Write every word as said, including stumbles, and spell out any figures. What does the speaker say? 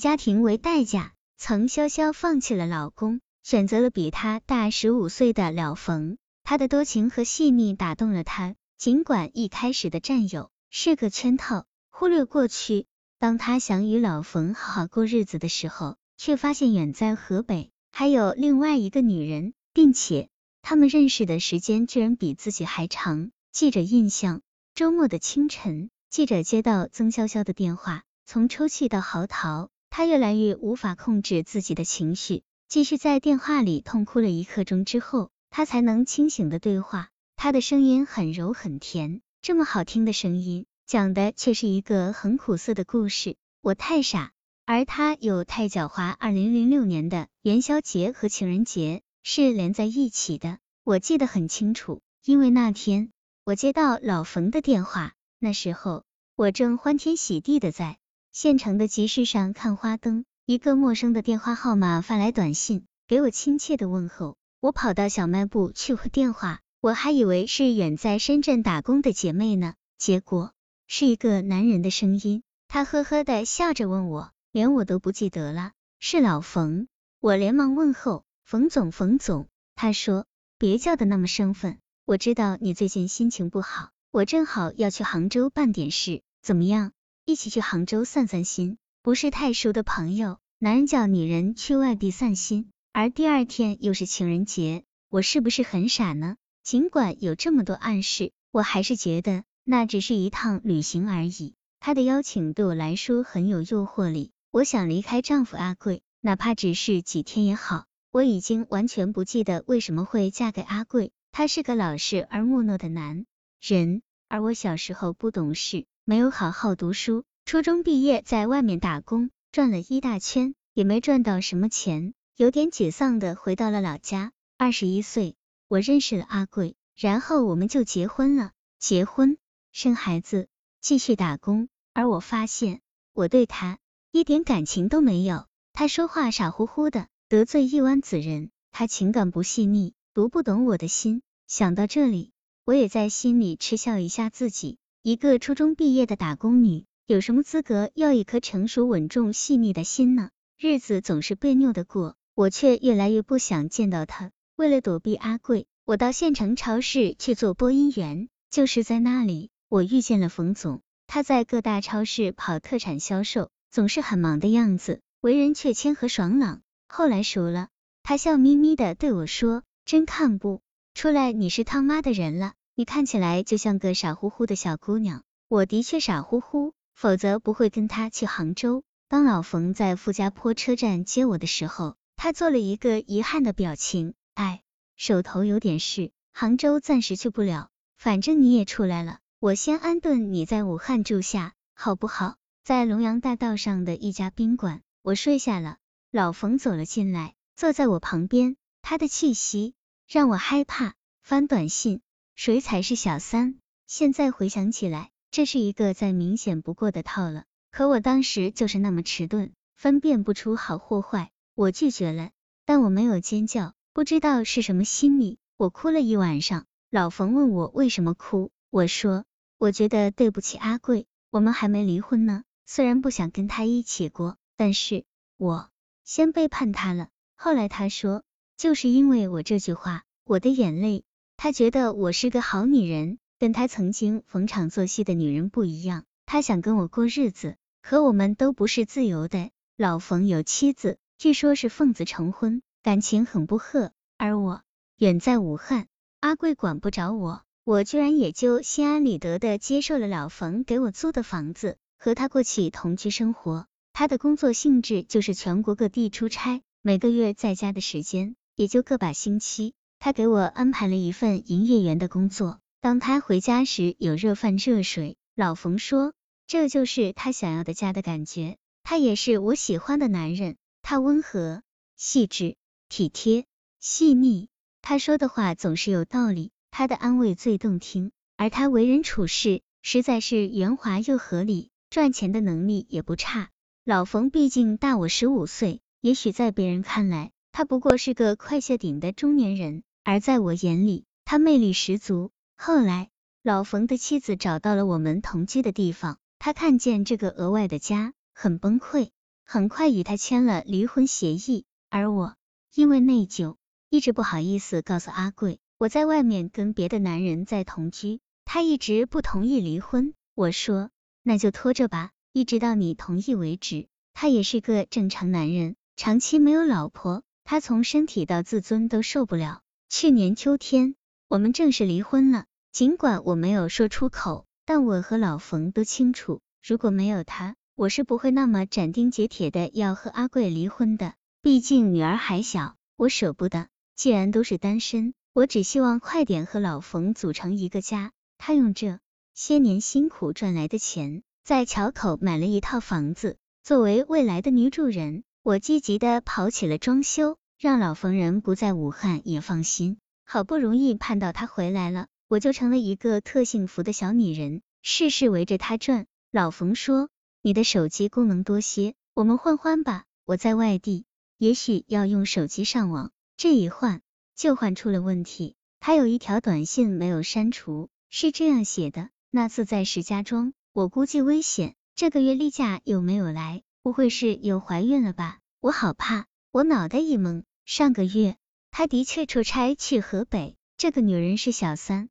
家庭为代价，曾潇潇放弃了老公，选择了比他大十五岁的老冯。他的多情和细腻打动了他，尽管一开始的占有是个圈套，忽略过去，当他想与老冯好好过日子的时候，却发现远在河北还有另外一个女人，并且他们认识的时间居然比自己还长。记者印象，周末的清晨，记者接到曾潇潇的电话，从抽泣到嚎啕，他越来越无法控制自己的情绪，继续在电话里痛哭了一刻钟之后，他才能清醒的对话。他的声音很柔很甜，这么好听的声音，讲的却是一个很苦涩的故事。我太傻，而他又太狡猾。二零零六年的元宵节和情人节是连在一起的，我记得很清楚，因为那天我接到老冯的电话，那时候我正欢天喜地的在县城的集市上看花灯，一个陌生的电话号码发来短信，给我亲切的问候。我跑到小卖部去回电话，我还以为是远在深圳打工的姐妹呢，结果是一个男人的声音，他呵呵的笑着问我，连我都不记得了，是老冯。我连忙问候，冯总冯总。他说，别叫的那么生分，我知道你最近心情不好，我正好要去杭州办点事，怎么样，一起去杭州散散心？不是太熟的朋友，男人叫女人去外地散心，而第二天又是情人节，我是不是很傻呢？尽管有这么多暗示，我还是觉得那只是一趟旅行而已。他的邀请对我来说很有诱惑力，我想离开丈夫阿贵，哪怕只是几天也好。我已经完全不记得为什么会嫁给阿贵，他是个老实而木讷的男人，而我小时候不懂事，没有好好读书，初中毕业在外面打工，转了一大圈，也没赚到什么钱，有点沮丧的回到了老家。二十一岁，我认识了阿贵，然后我们就结婚了，结婚，生孩子，继续打工。而我发现，我对他一点感情都没有，他说话傻乎乎的，得罪亿万子人，他情感不细腻，读不懂我的心。想到这里，我也在心里嗤笑一下自己，一个初中毕业的打工女，有什么资格要一颗成熟稳重细腻的心呢？日子总是别扭的过，我却越来越不想见到他。为了躲避阿贵，我到县城超市去做播音员，就是在那里，我遇见了冯总。他在各大超市跑特产销售，总是很忙的样子，为人却谦和爽朗。后来熟了，他笑眯眯的对我说，真看不出来你是他妈的人了，你看起来就像个傻乎乎的小姑娘。我的确傻乎乎，否则不会跟他去杭州。当老冯在傅家坡车站接我的时候，他做了一个遗憾的表情，哎，手头有点事，杭州暂时去不了，反正你也出来了，我先安顿你在武汉住下，好不好？在龙阳大道上的一家宾馆，我睡下了。老冯走了进来，坐在我旁边，他的气息让我害怕。翻短信，谁才是小三？现在回想起来，这是一个再明显不过的套了。可我当时就是那么迟钝，分辨不出好或坏，我拒绝了，但我没有尖叫，不知道是什么心理，我哭了一晚上。老冯问我为什么哭，我说，我觉得对不起阿贵，我们还没离婚呢，虽然不想跟他一起过，但是我先背叛他了。后来他说，就是因为我这句话，我的眼泪，他觉得我是个好女人，跟他曾经逢场作戏的女人不一样，他想跟我过日子，可我们都不是自由的。老冯有妻子，据说是奉子成婚，感情很不和，而我远在武汉，阿贵管不着我，我居然也就心安理得的接受了老冯给我租的房子，和他过起同居生活。他的工作性质就是全国各地出差，每个月在家的时间也就个把星期。他给我安排了一份营业员的工作，当他回家时有热饭热水。老冯说，这就是他想要的家的感觉。他也是我喜欢的男人，他温和、细致、体贴、细腻，他说的话总是有道理，他的安慰最动听，而他为人处事实在是圆滑又合理，赚钱的能力也不差。老冯毕竟大我十五岁，也许在别人看来，他不过是个快谢顶的中年人，而在我眼里，他魅力十足。后来，老冯的妻子找到了我们同居的地方，他看见这个额外的家，很崩溃， 很快与他签了离婚协议。而我因为内疚，一直不好意思告诉阿贵我在外面跟别的男人在同居，他一直不同意离婚。我说那就拖着吧，一直到你同意为止。他也是个正常男人，长期没有老婆，他从身体到自尊都受不了。去年秋天我们正式离婚了，尽管我没有说出口，但我和老冯都清楚，如果没有他，我是不会那么斩钉截铁的要和阿贵离婚的。毕竟女儿还小，我舍不得。既然都是单身，我只希望快点和老冯组成一个家。他用这些年辛苦赚来的钱，在桥口买了一套房子。作为未来的女主人，我积极的跑起了装修，让老冯人不在武汉也放心。好不容易盼到他回来了，我就成了一个特幸福的小女人，事事围着他转。老冯说，你的手机功能多些，我们换换吧。我在外地，也许要用手机上网，这一换就换出了问题。他有一条短信没有删除，是这样写的，那次在石家庄，我估计危险，这个月例假有没有来？不会是又怀孕了吧？我好怕。我脑袋一懵，上个月他的确出差去河北，这个女人是小三，